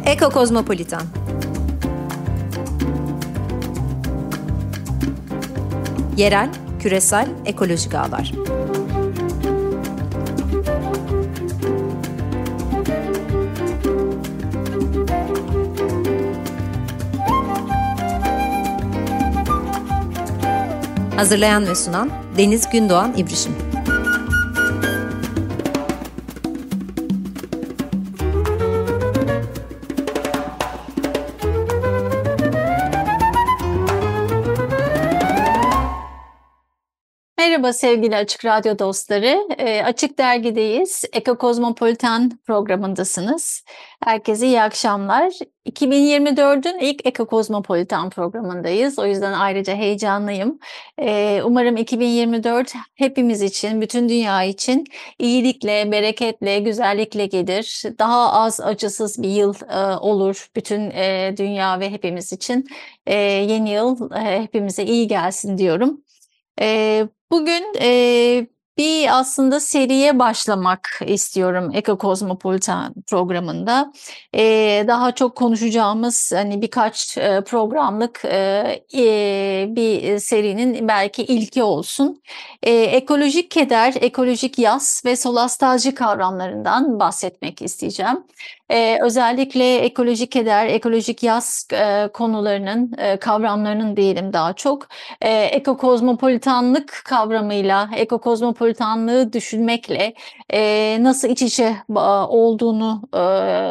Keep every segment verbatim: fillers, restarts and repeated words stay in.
Eko-Kozmopolitan. Yerel, küresel, ekolojik ağlar. Hazırlayan ve sunan Deniz Gündoğan İbrişim. Merhaba sevgili Açık Radyo dostları. E, Açık Dergi'deyiz. Eko-Kozmopolitan programındasınız. Herkese iyi akşamlar. iki bin yirmi dördün ilk Eko-Kozmopolitan programındayız. O yüzden ayrıca heyecanlıyım. E, umarım iki bin yirmi dört hepimiz için, bütün dünya için iyilikle, bereketle, güzellikle gelir. Daha az acısız bir yıl e, olur bütün e, dünya ve hepimiz için. E, yeni yıl e, hepimize iyi gelsin diyorum. Ee, bugün e, bir aslında seriye başlamak istiyorum Eko-Kozmopolitan programında. Ee, daha çok konuşacağımız hani birkaç e, programlık e, e, bir serinin belki ilki olsun. E, ekolojik keder, ekolojik yas ve solastalji kavramlarından bahsetmek isteyeceğim. Ee, özellikle ekolojik keder, ekolojik yas e, konularının, e, kavramlarının diyelim daha çok e, ekokozmopolitanlık kavramıyla, ekokozmopolitanlığı düşünmekle e, nasıl iç içe ba- olduğunu e,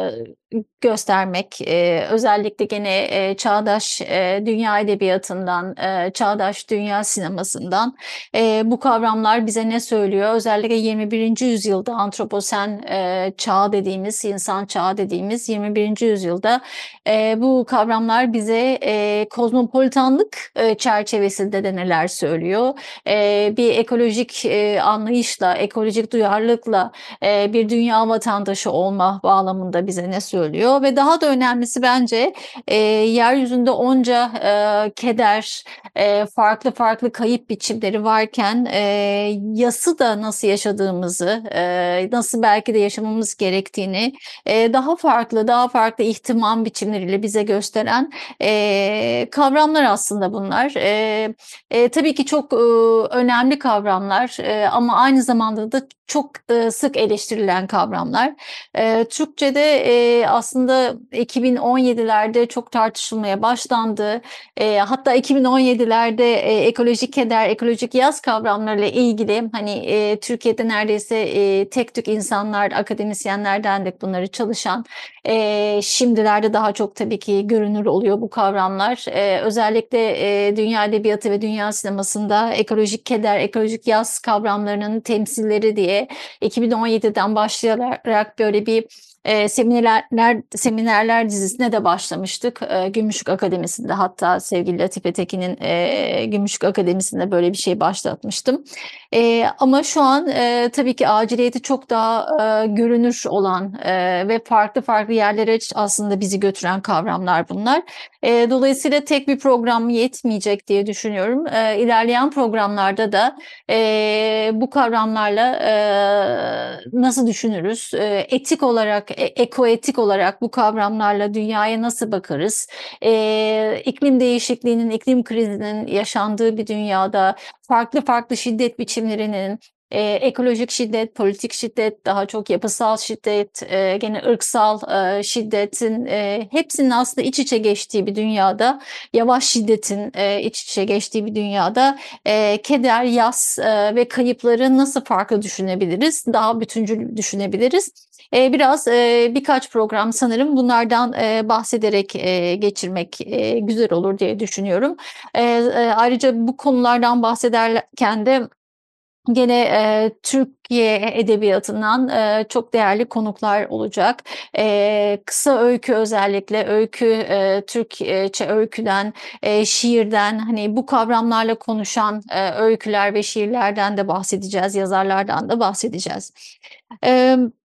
göstermek, e, özellikle gene e, çağdaş e, dünya edebiyatından, e, çağdaş dünya sinemasından e, bu kavramlar bize ne söylüyor? Özellikle yirmi birinci yüzyılda antroposen e, çağ dediğimiz, insan çağı dediğimiz yirmi birinci yüzyılda e, bu kavramlar bize e, kozmopolitanlık e, çerçevesinde de neler söylüyor? E, bir ekolojik e, anlayışla, ekolojik duyarlılıkla e, bir dünya vatandaşı olma bağlamında bize ne söylüyor? Ve daha da önemlisi bence e, yeryüzünde onca e, keder, e, farklı farklı kayıp biçimleri varken e, yası da nasıl yaşadığımızı, e, nasıl belki de yaşamamız gerektiğini e, daha farklı, daha farklı ihtimam biçimleriyle bize gösteren e, kavramlar aslında bunlar. E, e, tabii ki çok e, önemli kavramlar e, ama aynı zamanda da çok e, sık eleştirilen kavramlar. E, Türkçe'de e, aslında iki bin on yedilerde çok tartışılmaya başlandı. E, hatta iki bin on yedilerde e, ekolojik keder, ekolojik yaz kavramlarıyla ilgili hani e, Türkiye'de neredeyse e, tek tük insanlar, akademisyenlerden de bunları çalışan, e, şimdilerde daha çok tabii ki görünür oluyor bu kavramlar. E, özellikle e, dünya edebiyatı ve dünya sinemasında ekolojik keder, ekolojik yaz kavramlarının temsilleri diye iki bin on yediden başlayarak böyle bir E, seminerler, seminerler dizisine de başlamıştık. E, Gümüşlük Akademisi'nde, hatta sevgili Latife Tekin'in e, Gümüşlük Akademisi'nde böyle bir şey başlatmıştım. E, ama şu an e, tabii ki aciliyeti çok daha e, görünür olan e, ve farklı farklı yerlere aslında bizi götüren kavramlar bunlar. E, dolayısıyla tek bir program yetmeyecek diye düşünüyorum. E, ilerleyen programlarda da e, bu kavramlarla e, nasıl düşünürüz? E, etik olarak, e, ekoetik olarak bu kavramlarla dünyaya nasıl bakarız? E, iklim değişikliğinin, iklim krizinin yaşandığı bir dünyada farklı farklı şiddet biçimlerinin, e, ekolojik şiddet, politik şiddet, daha çok yapısal şiddet, e, gene ırksal e, şiddetin e, hepsinin aslında iç içe geçtiği bir dünyada, yavaş şiddetin e, iç içe geçtiği bir dünyada e, keder, yas e, ve kayıpları nasıl farklı düşünebiliriz? Daha bütüncül düşünebiliriz. E, biraz e, birkaç program sanırım bunlardan e, bahsederek e, geçirmek e, güzel olur diye düşünüyorum. E, e, ayrıca bu konulardan bahsederken de gene e, Türkiye edebiyatından e, çok değerli konuklar olacak. E, kısa öykü, özellikle öykü, e, Türkçe öyküden, e, şiirden, hani bu kavramlarla konuşan e, öyküler ve şiirlerden de bahsedeceğiz, yazarlardan da bahsedeceğiz. E,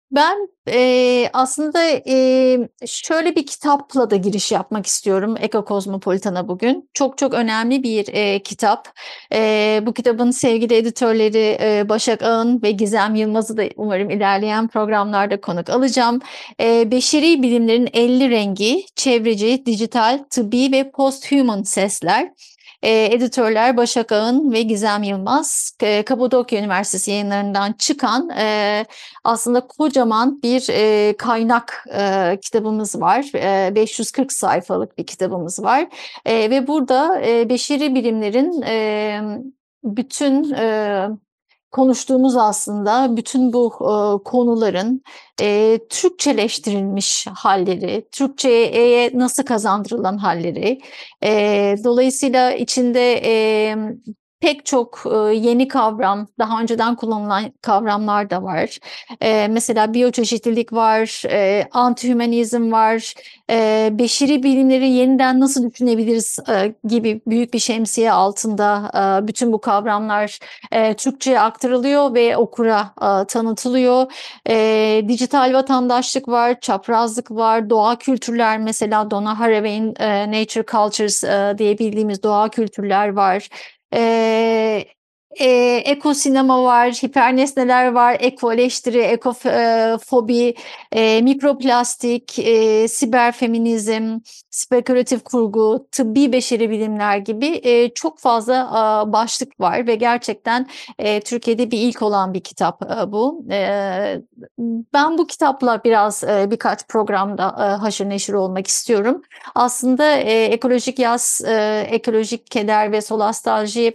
Ben, eee, aslında, eee, şöyle bir kitapla da giriş yapmak istiyorum Eko Kozmopolitan'a bugün. Çok çok önemli bir, eee, kitap. Eee, bu kitabın sevgili editörleri, eee, Başak Ağın ve Gizem Yılmaz'ı da umarım ilerleyen programlarda konuk alacağım. Eee, Beşeri Bilimlerin elli Rengi, Çevreci, Dijital, Tıbbi ve Posthuman Sesler. Eee, editörler Başak Ağın ve Gizem Yılmaz. Eee, Kapadokya Üniversitesi Yayınları'ndan çıkan, eee, aslında kocaman bir, eee, kaynak, eee, kitabımız var. Eee, beş yüz kırk sayfalık bir kitabımız var, eee, ve burada, eee, beşeri bilimlerin, emm, bütün, eee, konuştuğumuz aslında bütün bu, eee, konuların, eee, Türkçeleştirilmiş halleri, Türkçeye nasıl kazandırılan halleri, eee, dolayısıyla içinde, emm, pek çok, eee, yeni kavram, daha önceden kullanılan kavramlar da var. Eee, mesela biyoçeşitlilik var, eee, antihümanizm var, eee, beşeri bilimleri yeniden nasıl düşünebiliriz, eee, gibi büyük bir şemsiye altında, eee, bütün bu kavramlar, eee, Türkçe'ye aktarılıyor ve okura, aaa, tanıtılıyor. Eee, dijital vatandaşlık var, çaprazlık var, doğa kültürler mesela Donna Haraway'in, eee, Nature Cultures, eee, diye bildiğimiz doğa kültürler var. Eee, eee, ekosinema var, hipernesneler var, ekoeleştiri, ekof eee, fobi, eee, mikroplastik, eee, siberfeminizm, spekülatif kurgu, tıbbi beşeri bilimler gibi, eee, çok fazla, aaa, başlık var ve gerçekten, eee, Türkiye'de bir ilk olan bir kitap, eee, bu. Eee, ben bu kitapla biraz, eee, birkaç programda, eee, haşır neşir olmak istiyorum. Aslında, eee, ekolojik yas, eee, ekolojik keder ve solastalji,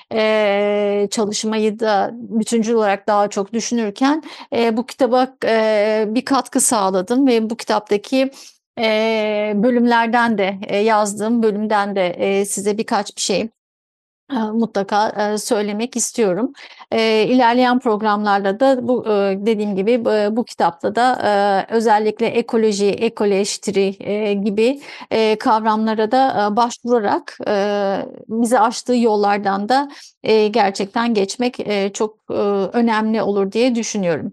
eee, çalışmayı da bütüncül olarak daha çok düşünürken, eee, bu kitaba, eee, bir katkı sağladım ve bu kitaptaki, eee, bölümlerden de, eee, yazdığım bölümden de, eee, size birkaç bir şey, eee, mutlaka, eee, söylemek istiyorum. Eee, ilerleyen programlarda da bu, eee, dediğim gibi, eee, bu kitapta da, eee, özellikle ekoloji, ekoleştiri, eee, gibi, eee, kavramlara da, eee, başvurarak, eee, bizi açtığı yollardan da, eee, gerçekten geçmek, eee, çok, eee, önemli olur diye düşünüyorum.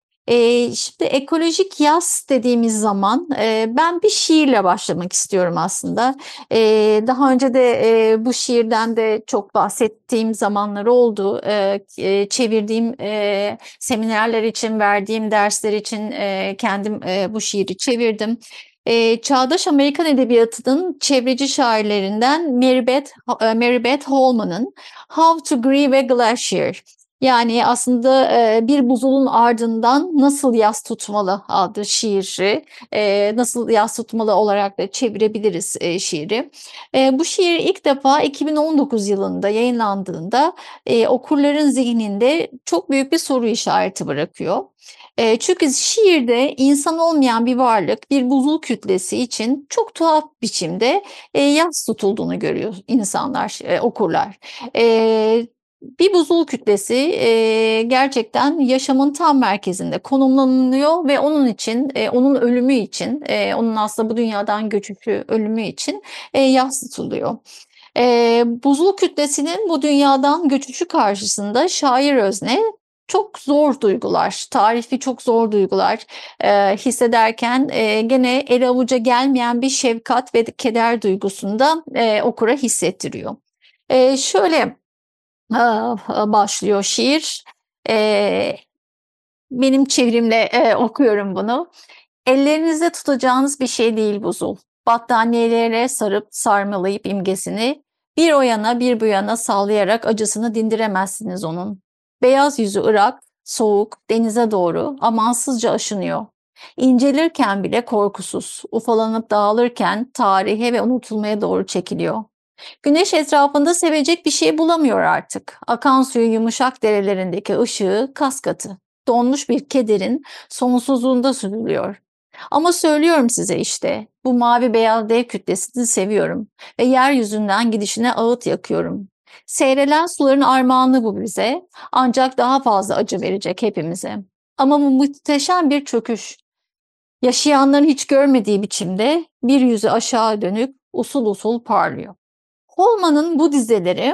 Eee, şimdi ekolojik yas dediğimiz zaman, eee, ben bir şiirle başlamak istiyorum aslında. Eee, daha önce de, eee, bu şiirden de çok bahsettiğim zamanlar oldu. Eee, eee, çevirdiğim, eee, seminerler için, verdiğim dersler için, eee, kendim, eee, bu şiiri çevirdim. Eee, çağdaş Amerikan edebiyatının çevreci şairlerinden Mary Beth eee, Mary Beth Holman'ın "How to Grieve a Glacier", yani aslında, eee, "Bir buzulun ardından nasıl yas tutmalı" adlı şiiri, eee, nasıl yas tutmalı olarak da çevirebiliriz, eee, şiiri. Eee, bu şiir ilk defa iki bin on dokuz yılında yayınlandığında, eee, okurların zihninde çok büyük bir soru işareti bırakıyor. Eee, çünkü şiirde insan olmayan bir varlık, bir buzul kütlesi için çok tuhaf biçimde, eee, yas tutulduğunu görüyor insanlar, eee, okurlar. Eee, bir buzul kütlesi, eee, gerçekten yaşamın tam merkezinde konumlanılıyor ve onun için, eee, onun ölümü için, eee, onun aslında bu dünyadan göçüşü, ölümü için, eee, yas tutuluyor. Eee, buzul kütlesinin bu dünyadan göçüşü karşısında şair özne çok zor duygular, tarifi çok zor duygular, eee, hissederken, eee, gene ele avuca gelmeyen bir şefkat ve keder duygusunu da, eee, okura hissettiriyor. Eee, şöyle, aaa, başlıyor şiir. Eee, benim çevirimle, eee, okuyorum bunu. "Ellerinizde tutacağınız bir şey değil buzul. Battaniyelere sarıp sarmalayıp imgesini, bir o yana bir bu yana sallayarak acısını dindiremezsiniz onun. Beyaz yüzü ırak, soğuk, denize doğru amansızca aşınıyor. İncelirken bile korkusuz, ufalanıp dağılırken tarihe ve unutulmaya doğru çekiliyor. Güneş etrafında sevecek bir şey bulamıyor artık. Akan suyun yumuşak derelerindeki ışığı kaskatı. Donmuş bir kederin sonsuzluğunda süzülüyor. Ama söylüyorum size işte, bu mavi beyaz dev kütlesini seviyorum ve yeryüzünden gidişine ağıt yakıyorum. Seyrelen suların armağanı bu bize, ancak daha fazla acı verecek hepimize. Ama bu muhteşem bir çöküş. Yaşayanların hiç görmediği biçimde bir yüzü aşağı dönük usul usul parlıyor." Holman'ın bu dizeleri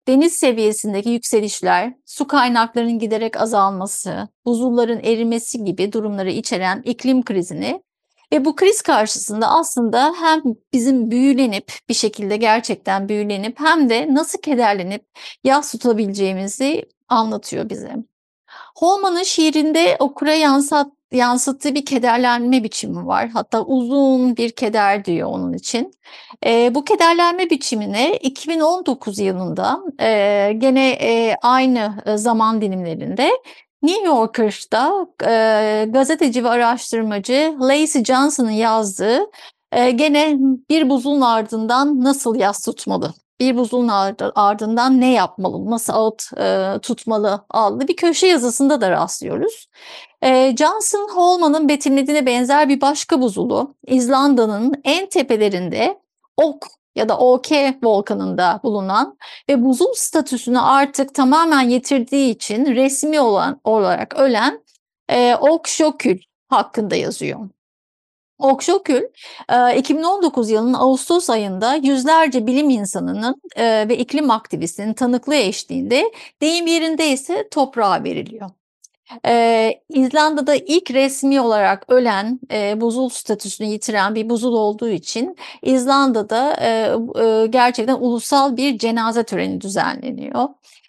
deniz seviyesindeki yükselişler, su kaynaklarının giderek azalması, buzulların erimesi gibi durumları içeren iklim krizini ve bu kriz karşısında aslında hem bizim büyülenip bir şekilde gerçekten büyülenip hem de nasıl kederlenip yas tutabileceğimizi anlatıyor bize. Holman'ın şiirinde okura yansıt, yansıttığı bir kederlenme biçimi var. Hatta uzun bir keder diyor onun için. E, bu kederlenme biçimine iki bin on dokuz yılında e, gene e, aynı zaman dilimlerinde New Yorker'da e, gazeteci ve araştırmacı Lacy Johnson'ın yazdığı e, gene bir buzulun ardından nasıl yas tutmalı? Bir buzulun ardından ne yapmalı, nasıl ağıt e, tutmalı adlı bir köşe yazısında da rastlıyoruz. E, Johnson, Holman'ın betimlediğine benzer bir başka buzulu İzlanda'nın en tepelerinde Ok ya da OK volkanında bulunan ve buzul statüsünü artık tamamen yitirdiği için resmi olan olarak ölen e, Oksjökull hakkında yazıyor. Oksjökull, iki bin on dokuz yılının Ağustos ayında yüzlerce bilim insanının ve iklim aktivistinin tanıklığı eşliğinde deyim yerindeyse toprağa veriliyor. Ee, İzlanda'da ilk resmi olarak ölen, e, buzul statüsünü yitiren bir buzul olduğu için İzlanda'da e, e, gerçekten ulusal bir cenaze töreni düzenleniyor.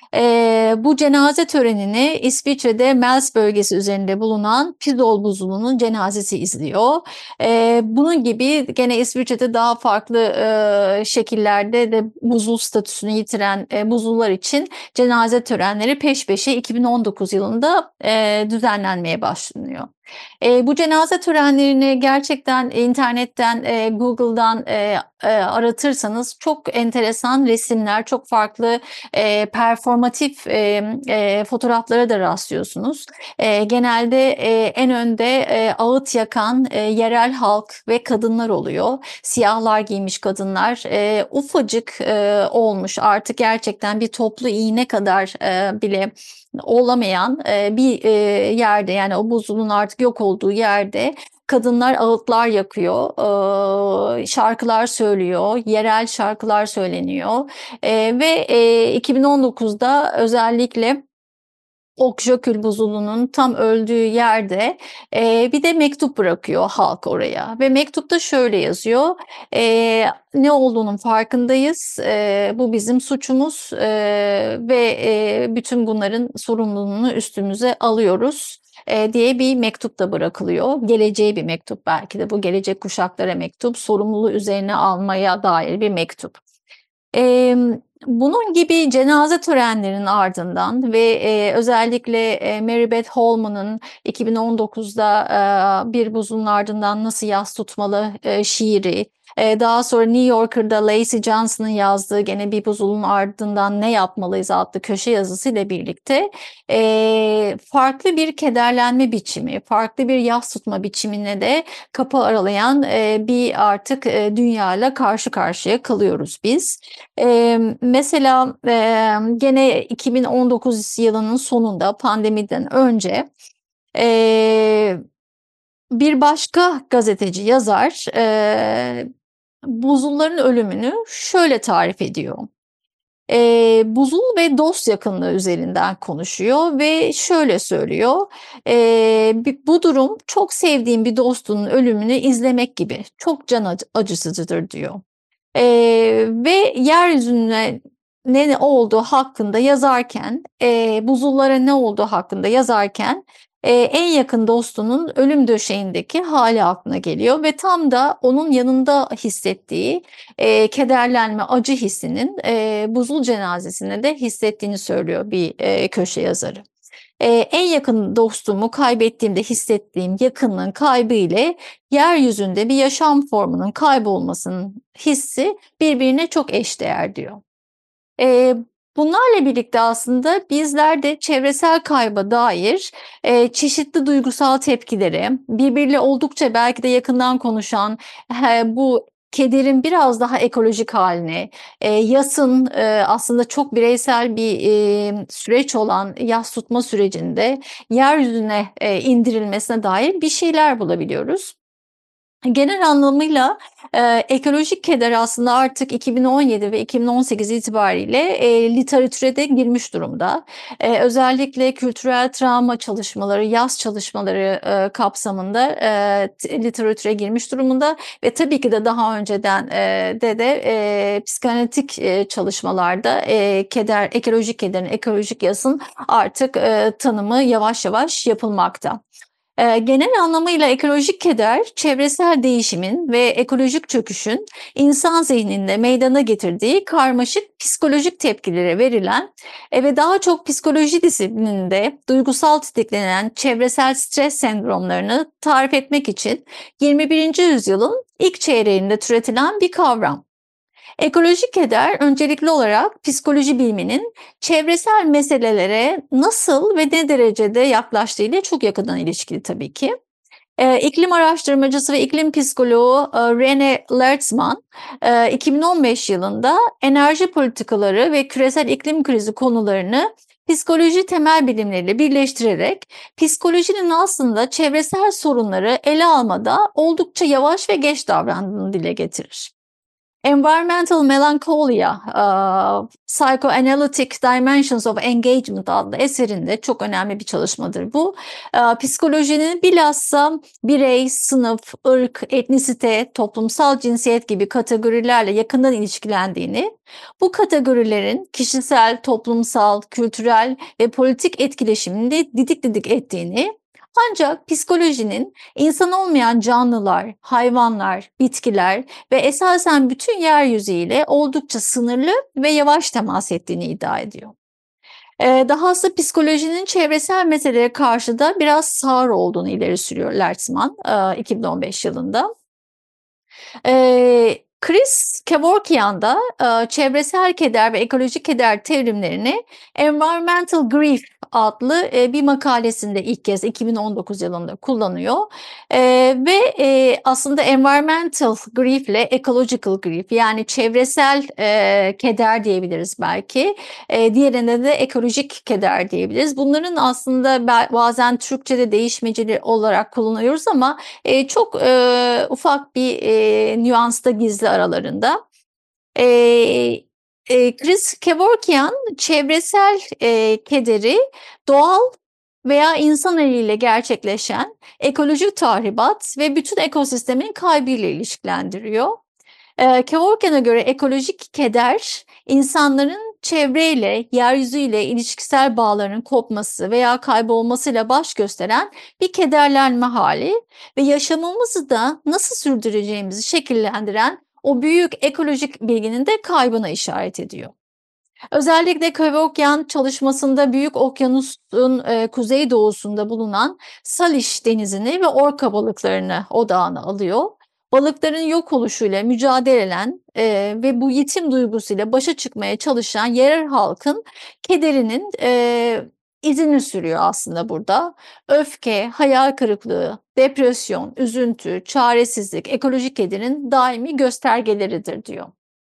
E, bu cenaze törenini İsviçre'de Mels bölgesi üzerinde bulunan Pizol buzulunun cenazesi izliyor. E, bunun gibi gene İsviçre'de daha farklı e, şekillerde de buzul statüsünü yitiren e, buzullar için cenaze törenleri peş peşe iki bin on dokuz yılında e, düzenlenmeye başlanıyor. E, bu cenaze törenlerini gerçekten internetten, e, Google'dan e, e, aratırsanız çok enteresan resimler, çok farklı e, performatif e, e, fotoğraflara da rastlıyorsunuz. E, genelde e, en önde e, ağıt yakan e, yerel halk ve kadınlar oluyor. Siyahlar giymiş kadınlar, e, ufacık e, olmuş artık gerçekten bir toplu iğne kadar e, bile olamayan e, bir e, yerde, yani o buzulun artık yok olduğu yerde kadınlar ağıtlar yakıyor, e, şarkılar söylüyor, yerel şarkılar söyleniyor e, ve e, iki bin on dokuzda özellikle Oksjökull buzulunun tam öldüğü yerde e, bir de mektup bırakıyor halk oraya ve mektupta şöyle yazıyor: e, ne olduğunun farkındayız, e, bu bizim suçumuz e, ve e, bütün bunların sorumluluğunu üstümüze alıyoruz e, diye bir mektup da bırakılıyor. Geleceğe bir mektup, belki de bu gelecek kuşaklara mektup, sorumluluğu üzerine almaya dair bir mektup. E, Bunun gibi cenaze törenlerinin ardından ve e, özellikle e, Mary Beth Holman'ın iki bin on dokuzda e, Bir Buzulun Ardından Nasıl Yas Tutmalı e, şiiri, e, daha sonra New Yorker'da Lacy Johnson'ın yazdığı gene Bir Buzulun Ardından Ne Yapmalıyız adlı köşe yazısıyla birlikte e, farklı bir kederlenme biçimi, farklı bir yas tutma biçimine de kapı aralayan e, bir artık e, dünyayla karşı karşıya kalıyoruz biz. E, mesela e, gene iki bin on dokuz yılının sonunda, pandemiden önce e, bir başka gazeteci, yazar e, buzulların ölümünü şöyle tarif ediyor. E, buzul ve dost yakınlığı üzerinden konuşuyor ve şöyle söylüyor: e, bu durum çok sevdiğim bir dostunun ölümünü izlemek gibi çok can acı, acısıcıdır diyor. E, ve yeryüzüne ne olduğu hakkında yazarken, e, buzullara ne olduğu hakkında yazarken e, en yakın dostunun ölüm döşeğindeki hali aklına geliyor ve tam da onun yanında hissettiği e, kederlenme, acı hissinin e, buzul cenazesinde de hissettiğini söylüyor bir e, köşe yazarı. Ee, en yakın dostumu kaybettiğimde hissettiğim yakınlığın kaybı ile yeryüzünde bir yaşam formunun kaybolmasının hissi birbirine çok eşdeğer diyor. Ee, bunlarla birlikte aslında bizler de çevresel kayba dair e, çeşitli duygusal tepkileri, birbiriyle oldukça belki de yakından konuşan he, bu kederin biraz daha ekolojik haline, e, yasın e, aslında çok bireysel bir e, süreç olan yas tutma sürecinde yeryüzüne e, indirilmesine dair bir şeyler bulabiliyoruz. Genel anlamıyla, eee, ekolojik keder aslında artık iki bin on yedi ve iki bin on sekiz itibariyle, eee, literatüre de girmiş durumda. Eee, özellikle kültürel travma çalışmaları, yaz çalışmaları, eee, kapsamında, eee, t literatüre girmiş durumunda ve tabii ki de daha önceden, eee, de de, eee, psikanalitik, eee, çalışmalarda, eee, keder, ekolojik kederin, ekolojik yasın artık, eee, tanımı yavaş yavaş yapılmakta. Eee, genel anlamıyla ekolojik keder, çevresel değişimin ve ekolojik çöküşün insan zihninde meydana getirdiği karmaşık psikolojik tepkilere verilen e, ve daha çok psikoloji disiplininde duygusal tetiklenen çevresel stres sendromlarını tarif etmek için yirmi birinci yüzyılın ilk çeyreğinde türetilen bir kavram. Ekolojik keder öncelikli olarak psikoloji biliminin çevresel meselelere nasıl ve ne derecede yaklaştığıyla çok yakından ilişkili tabii ki. Eee, iklim araştırmacısı ve iklim psikoloğu eee, Rene Lertzman eee, iki bin on beş yılında enerji politikaları ve küresel iklim krizi konularını psikoloji temel bilimleriyle birleştirerek psikolojinin aslında çevresel sorunları ele almada oldukça yavaş ve geç davrandığını dile getirir. Environmental Melancholia, eee, Psychoanalytic Dimensions of Engagement adlı eserinde çok önemli bir çalışmadır bu. Eee, psikolojinin bilhassa birey, sınıf, ırk, etnisite, toplumsal cinsiyet gibi kategorilerle yakından ilişkilendiğini, bu kategorilerin kişisel, toplumsal, kültürel ve politik etkileşimini didik didik ettiğini, ancak psikolojinin insan olmayan canlılar, hayvanlar, bitkiler ve esasen bütün yeryüzüyle oldukça sınırlı ve yavaş temas ettiğini iddia ediyor. Eee, dahası psikolojinin çevresel meselelere karşı da biraz sağır olduğunu ileri sürüyor Lertzman, eee, iki bin on beş yılında. Eee, Chris Kevorkian da eee, çevresel keder ve ekolojik keder terimlerini Environmental Grief adlı eee, bir makalesinde ilk kez iki bin on dokuz yılında kullanıyor. Eee, ve eee, aslında environmental grief ile ecological grief, yani çevresel eee, keder diyebiliriz belki. Eee, diğerine de ekolojik keder diyebiliriz. Bunların aslında bazen Türkçe'de değişmeceli olarak kullanıyoruz ama eee, çok eee, ufak bir eee, nüans da gizli aralarında. Eee, eee, Chris Kevorkian çevresel eee, kederi doğal veya insan eliyle gerçekleşen ekolojik tahribat ve bütün ekosistemin kaybıyla ilişkilendiriyor. Eee, Kevorkian'a göre ekolojik keder, insanların çevreyle, yeryüzüyle ilişkisel bağlarının kopması veya kaybolmasıyla baş gösteren bir kederlenme hali ve yaşamımızı da nasıl sürdüreceğimizi şekillendiren o büyük ekolojik bilginin de kaybına işaret ediyor. Özellikle Kevorkian çalışmasında Büyük Okyanus'un eee, kuzeydoğusunda bulunan Salish denizini ve orka balıklarını odağına alıyor. Balıkların yok oluşuyla mücadele eden eee, ve bu yitim duygusuyla başa çıkmaya çalışan yerel halkın kederinin eee, izini sürüyor aslında burada. Öfke, hayal kırıklığı, depresyon, üzüntü, çaresizlik ekolojik kederin daimi göstergeleridir diyor.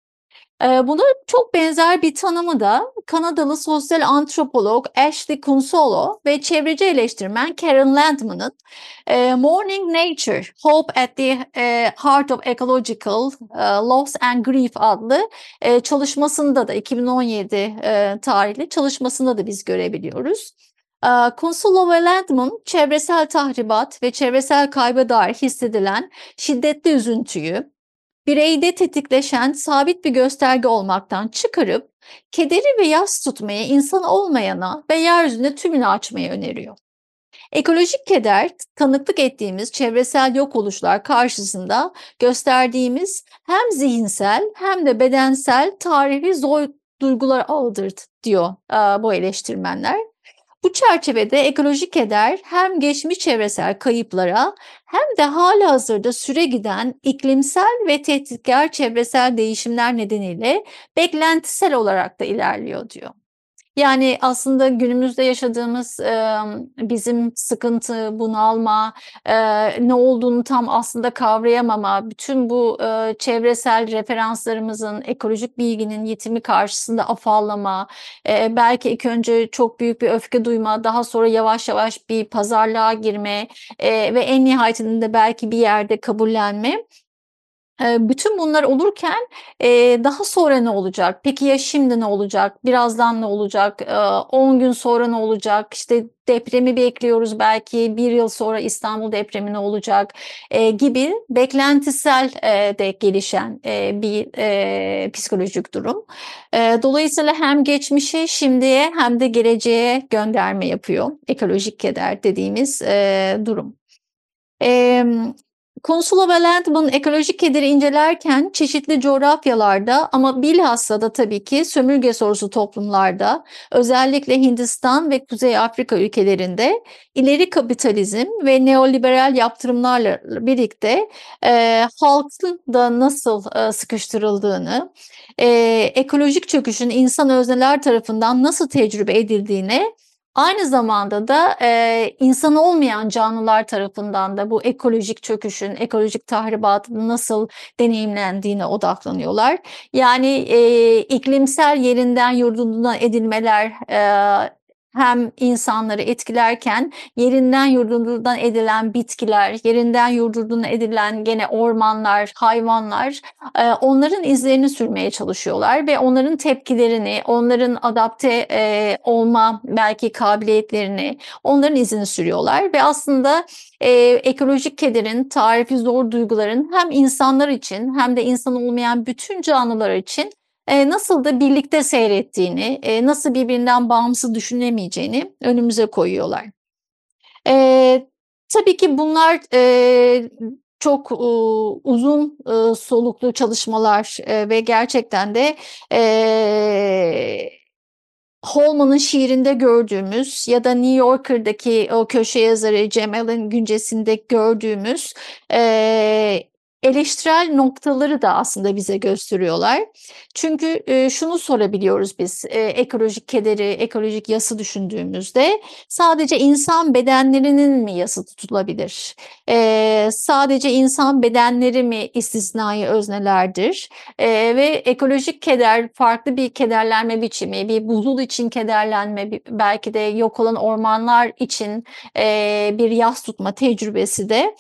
Eee, buna çok benzer bir tanımı da Kanadalı sosyal antropolog Ashley Kunsolo ve çevreci eleştirmen Karen Landman'ın eee, Mourning Nature, Hope at the eee, Heart of Ecological eee, Loss and Grief adlı eee, çalışmasında da iki bin on yedi eee, tarihli çalışmasında da biz görebiliyoruz. Eee, Kunsolo ve Landman çevresel tahribat ve çevresel kayba dair hissedilen şiddetli üzüntüyü bireyde tetikleşen sabit bir gösterge olmaktan çıkarıp kederi ve yas tutmayı insan olmayana ve yeryüzünde tümünü açmayı öneriyor. Ekolojik keder, tanıklık ettiğimiz çevresel yok oluşlar karşısında gösterdiğimiz hem zihinsel hem de bedensel tarihi zor duygular ağıdır diyor e, bu eleştirmenler. Bu çerçevede ekolojik keder hem geçmiş çevresel kayıplara hem de halihazırda süregiden iklimsel ve tehditkar çevresel değişimler nedeniyle beklentisel olarak da ilerliyor diyor. Yani, aslında günümüzde yaşadığımız, emm, bizim sıkıntı, bunalma, eee, ne olduğunu tam aslında kavrayamama, bütün bu, eee, çevresel referanslarımızın, ekolojik bilginin yitimi karşısında afallama, eee, belki ilk önce çok büyük bir öfke duyma, daha sonra yavaş yavaş bir pazarlığa girme, eee, ve en nihayetinde belki bir yerde kabullenme. Eee, bütün bunlar olurken, eee, daha sonra ne olacak? Peki ya şimdi ne olacak? Birazdan ne olacak? Eee, on gün sonra ne olacak? İşte, depremi bekliyoruz belki, bir yıl sonra İstanbul depremi ne olacak, eee, gibi beklentisel, eee, de gelişen, eee, bir, eee, psikolojik durum. Eee, dolayısıyla hem geçmişe, şimdiye hem de geleceğe gönderme yapıyor ekolojik keder dediğimiz, eee, durum. Emm, Consuelo Bellantham'ın ekolojik kederi incelerken çeşitli coğrafyalarda ama bilhassa da tabii ki sömürge sonrası toplumlarda, özellikle Hindistan ve Kuzey Afrika ülkelerinde ileri kapitalizm ve neoliberal yaptırımlarla birlikte, eee, halkın da nasıl, eee, sıkıştırıldığını, eee, ekolojik çöküşün insan özneler tarafından nasıl tecrübe edildiğine, aynı zamanda da, eee, insan olmayan canlılar tarafından da bu ekolojik çöküşün, ekolojik tahribatın nasıl deneyimlendiğine odaklanıyorlar. Yani, eee, iklimsel yerinden yurdundan edilmeler, eee, hem insanları etkilerken yerinden yurdundan edilen bitkiler, yerinden yurdundan edilen gene ormanlar, hayvanlar, eee, onların izlerini sürmeye çalışıyorlar ve onların tepkilerini, onların adapte, eee, olma belki kabiliyetlerini, onların izini sürüyorlar ve aslında, eee, ekolojik kederin, tarifi zor duyguların hem insanlar için hem de insan olmayan bütün canlılar için, eee, nasıl da birlikte seyrettiğini, eee, nasıl birbirinden bağımsız düşünülemeyeceğini önümüze koyuyorlar. Eee, tabii ki bunlar, eee, çok, uuu, uzun, ııı, soluklu çalışmalar, eee, ve gerçekten de, eee, Holman'ın şiirinde gördüğümüz ya da New Yorker'daki o köşe yazarı Cem Allen güncesinde gördüğümüz, eee, eleştirel noktaları da aslında bize gösteriyorlar. Çünkü, eee, şunu sorabiliyoruz biz, eee, ekolojik kederi, ekolojik yası düşündüğümüzde sadece insan bedenlerinin mi yası tutulabilir? Eee, sadece insan bedenleri mi istisnai öznelerdir? Eee, ve ekolojik keder farklı bir kederlenme biçimi, bir buzul için kederlenme, bi belki de yok olan ormanlar için, eee, bir yas tutma tecrübesi de,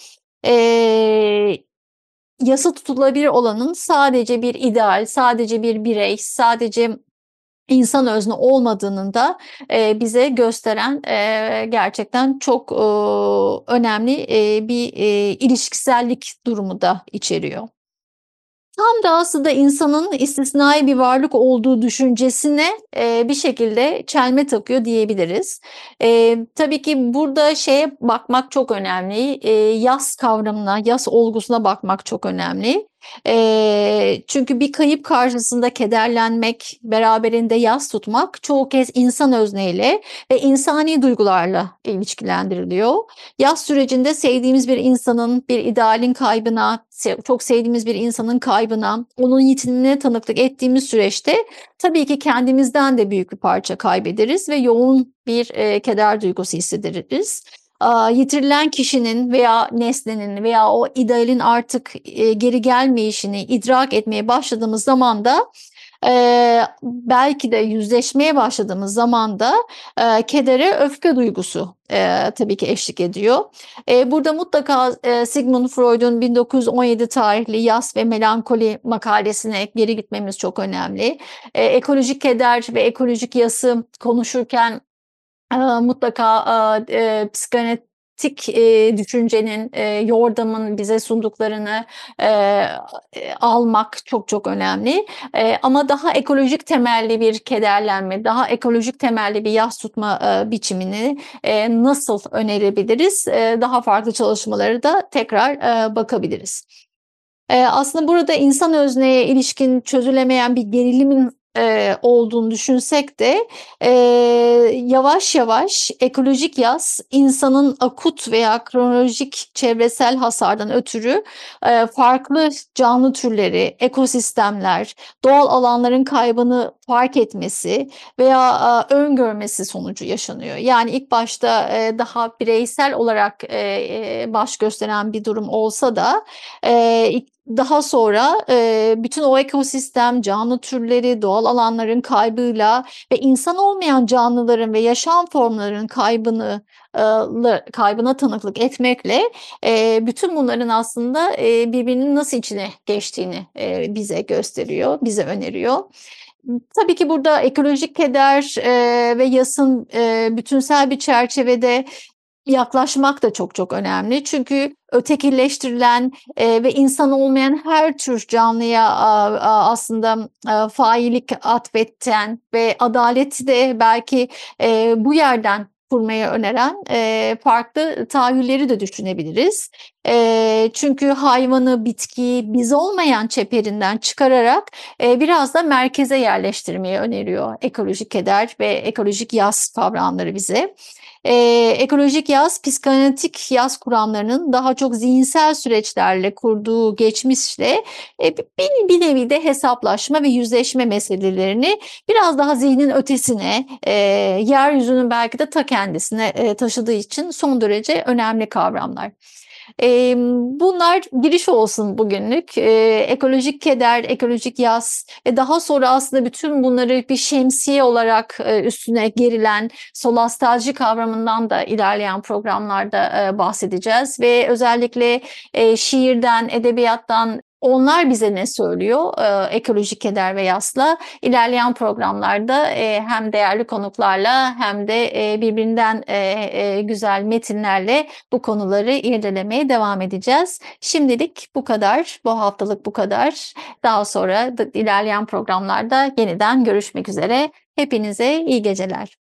eee, yasa tutulabilir olanın sadece bir ideal, sadece bir birey, sadece insan özne olmadığının da, eee, bize gösteren, eee, gerçekten çok, ııı, önemli, eee, bir, eee, ilişkisellik durumu da içeriyor. Tam da aslında insanın istisnai bir varlık olduğu düşüncesine, eee, bir şekilde çelme takıyor diyebiliriz. Eee, tabii ki burada şeye bakmak çok önemli, eee, yas kavramına, yas olgusuna bakmak çok önemli. Eee, çünkü bir kayıp karşısında kederlenmek, beraberinde yas tutmak çoğu kez insan özneyle ve insani duygularla ilişkilendiriliyor. Yas sürecinde sevdiğimiz bir insanın, bir idealin kaybına, se çok sevdiğimiz bir insanın kaybına, onun yitimine tanıklık ettiğimiz süreçte tabii ki kendimizden de büyük bir parça kaybederiz ve yoğun bir, eee, keder duygusu hissederiz. Aaa, yitirilen kişinin veya nesnenin veya o idealin artık, eee, geri gelmeyişini idrak etmeye başladığımız zaman da, eee, belki de yüzleşmeye başladığımız zaman da, eee, kedere öfke duygusu, eee, tabii ki eşlik ediyor. Eee, burada mutlaka, eee, Sigmund Freud'un bin dokuz yüz on yedi tarihli Yas ve Melankoli makalesine geri gitmemiz çok önemli. Eee, ekolojik keder ve ekolojik yası konuşurken, aaa, mutlaka, aaa, eee, psikanalitik, eee, düşüncenin, eee, Yordam'ın bize sunduklarını, eee, eee, almak çok çok önemli. Eee, ama daha ekolojik temelli bir kederlenme, daha ekolojik temelli bir yas tutma, eee, biçimini, eee, nasıl önerebiliriz? Eee, daha farklı çalışmalara da tekrar, eee, bakabiliriz. Eee, aslında burada insan özneye ilişkin çözülemeyen bir gerilimin, eee, olduğunu düşünsek de, eee, yavaş yavaş ekolojik yaz insanın akut veya kronolojik çevresel hasardan ötürü e, farklı canlı türleri, ekosistemler, doğal alanların kaybını fark etmesi veya e, öngörmesi sonucu yaşanıyor. Yani ilk başta e, daha bireysel olarak e, e, baş gösteren bir durum olsa da e, daha sonra e, bütün o ekosistem, canlı türleri, doğal alanların kaybıyla ve insan olmayan canlıların ve yaşam formlarının kaybını e, kaybına tanıklık etmekle e, bütün bunların aslında e, birbirinin nasıl içine geçtiğini e, bize gösteriyor, bize öneriyor. Tabii ki burada ekolojik keder e, ve yasın e, bütünsel bir çerçevede yaklaşmak da çok çok önemli. Çünkü ötekileştirilen e, ve insan olmayan her tür canlıya a, a, aslında a, faillik atfetten ve adaleti de belki e, bu yerden kurmaya öneren e, farklı tahayyülleri de düşünebiliriz. E, çünkü hayvanı, bitkiyi biz olmayan çeperinden çıkararak e, biraz da merkeze yerleştirmeyi öneriyor ekolojik keder ve ekolojik yas kavramları bize. Ee, ekolojik yaz, psikanalitik yaz kuramlarının daha çok zihinsel süreçlerle kurduğu geçmişle e, bir, bir nevi de hesaplaşma ve yüzleşme meselelerini biraz daha zihnin ötesine, e, yeryüzünün belki de ta kendisine e, taşıdığı için son derece önemli kavramlar. E, bunlar giriş olsun bugünlük. E, ekolojik keder, ekolojik yas ve daha sonra aslında bütün bunları bir şemsiye olarak e, üstüne gerilen solastalji kavramından da ilerleyen programlarda e, bahsedeceğiz ve özellikle e, şiirden, edebiyattan onlar bize ne söylüyor e, ekolojik keder ve yasla ilerleyen programlarda e, hem değerli konuklarla hem de e, birbirinden e, e, güzel metinlerle bu konuları irdelemeye devam edeceğiz. Şimdilik bu kadar, bu haftalık bu kadar. Daha sonra da, ilerleyen programlarda yeniden görüşmek üzere. Hepinize iyi geceler.